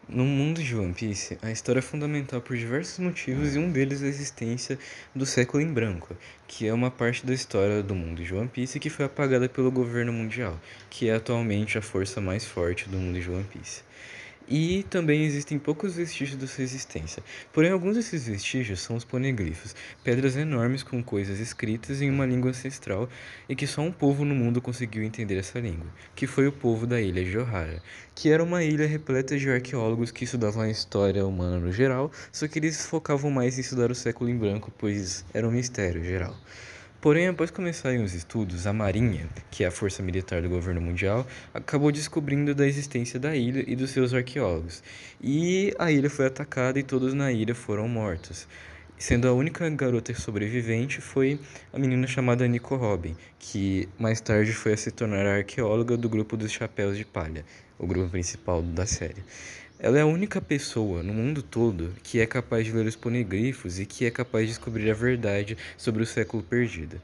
No mundo de One Piece, a história é fundamental por diversos motivos e um deles é a existência do Século em Branco, que é uma parte da história do mundo de One Piece que foi apagada pelo governo mundial, que é atualmente a força mais forte do mundo de One Piece. E também existem poucos vestígios da sua existência. Porém, alguns desses vestígios são os poneglifos, pedras enormes com coisas escritas em uma língua ancestral e que só um povo no mundo conseguiu entender essa língua, que foi o povo da ilha de Ohara, que era uma ilha repleta de arqueólogos que estudavam a história humana no geral, só que eles focavam mais em estudar o século em branco, pois era um mistério geral. Porém, após começarem os estudos, a Marinha, que é a força militar do governo mundial, acabou descobrindo da existência da ilha e dos seus arqueólogos. E a ilha foi atacada e todos na ilha foram mortos. Sendo a única garota sobrevivente foi a menina chamada Nico Robin, que mais tarde foi a se tornar a arqueóloga do grupo dos Chapéus de Palha, o grupo principal da série. Ela é a única pessoa no mundo todo que é capaz de ler os poneglifos e que é capaz de descobrir a verdade sobre o século perdido.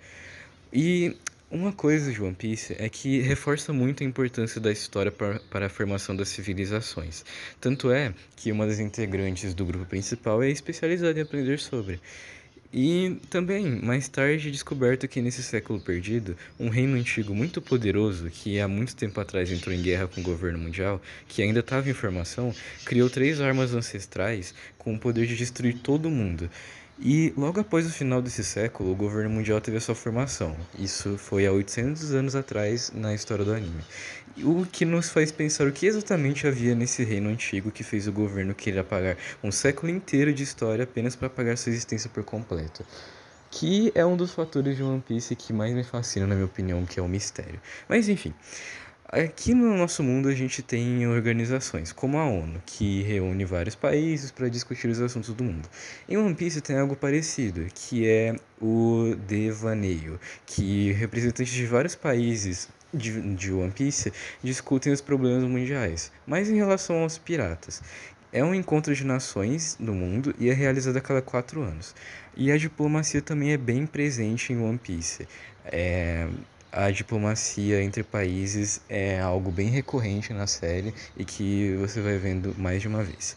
E uma coisa de One Piece é que reforça muito a importância da história para a formação das civilizações. Tanto é que uma das integrantes do grupo principal é especializada em aprender sobre. E também, mais tarde, descoberto que nesse século perdido, um reino antigo muito poderoso, que há muito tempo atrás entrou em guerra com o governo mundial, que ainda estava em formação, criou três armas ancestrais com o poder de destruir todo o mundo. E logo após o final desse século, o governo mundial teve a sua formação. Isso foi há 800 anos atrás na história do anime. O que nos faz pensar o que exatamente havia nesse reino antigo que fez o governo querer apagar um século inteiro de história apenas para apagar sua existência por completo. Que é um dos fatores de One Piece que mais me fascina, na minha opinião, que é o mistério. Mas enfim, aqui no nosso mundo a gente tem organizações como a ONU, que reúne vários países para discutir os assuntos do mundo. Em One Piece tem algo parecido, que é o Devaneio, que representantes de vários países de One Piece discutem os problemas mundiais, mas em relação aos piratas. É um encontro de nações do mundo e é realizado a cada 4 anos. E a diplomacia também é bem presente em One Piece. É, a diplomacia entre países é algo bem recorrente na série e que você vai vendo mais de uma vez.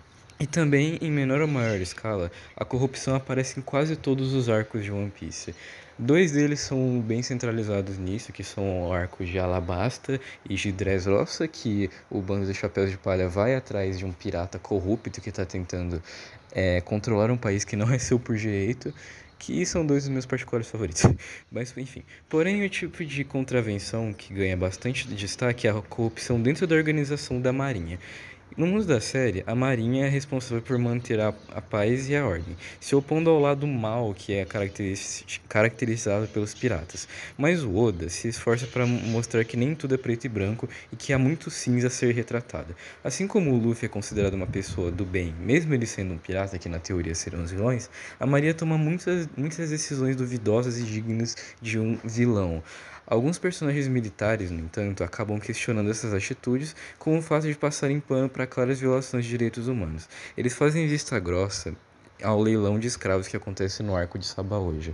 E também, em menor ou maior escala, a corrupção aparece em quase todos os arcos de One Piece. Dois deles são bem centralizados nisso, que são o arco de Alabasta e de Dressrosa, que o bando de Chapéus de Palha vai atrás de um pirata corrupto que está tentando controlar um país que não é seu por direito, que são dois dos meus particulares favoritos. Mas enfim. Porém, o tipo de contravenção que ganha bastante destaque é a corrupção dentro da organização da Marinha. No mundo da série, a Marinha é responsável por manter a paz e a ordem, se opondo ao lado mal que é caracterizado pelos piratas. Mas o Oda se esforça para mostrar que nem tudo é preto e branco e que há muito cinza a ser retratado. Assim como o Luffy é considerado uma pessoa do bem, mesmo ele sendo um pirata, que na teoria serão os vilões, a Maria toma muitas decisões duvidosas e dignas de um vilão. Alguns personagens militares, no entanto, acabam questionando essas atitudes com o fato de passarem pano para claras violações de direitos humanos. Eles fazem vista grossa ao leilão de escravos que acontece no arco de Sabaody.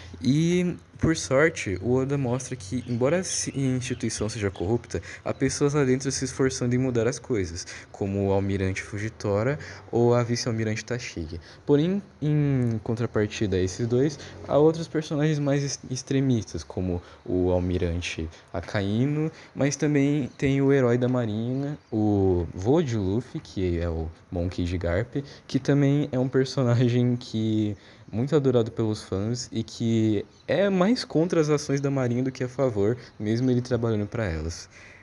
E, por sorte, o Oda mostra que, embora a instituição seja corrupta, há pessoas lá dentro se esforçando em mudar as coisas, como o almirante Fujitora ou a vice-almirante Tashigi. Porém, em contrapartida a esses dois, há outros personagens mais extremistas, como o almirante Akainu, mas também tem o herói da marinha, o vô de Luffy, que é o Monkey D. Garp, que também é um personagem que muito adorado pelos fãs e que é mais contra as ações da Marinha do que a favor, mesmo ele trabalhando para elas.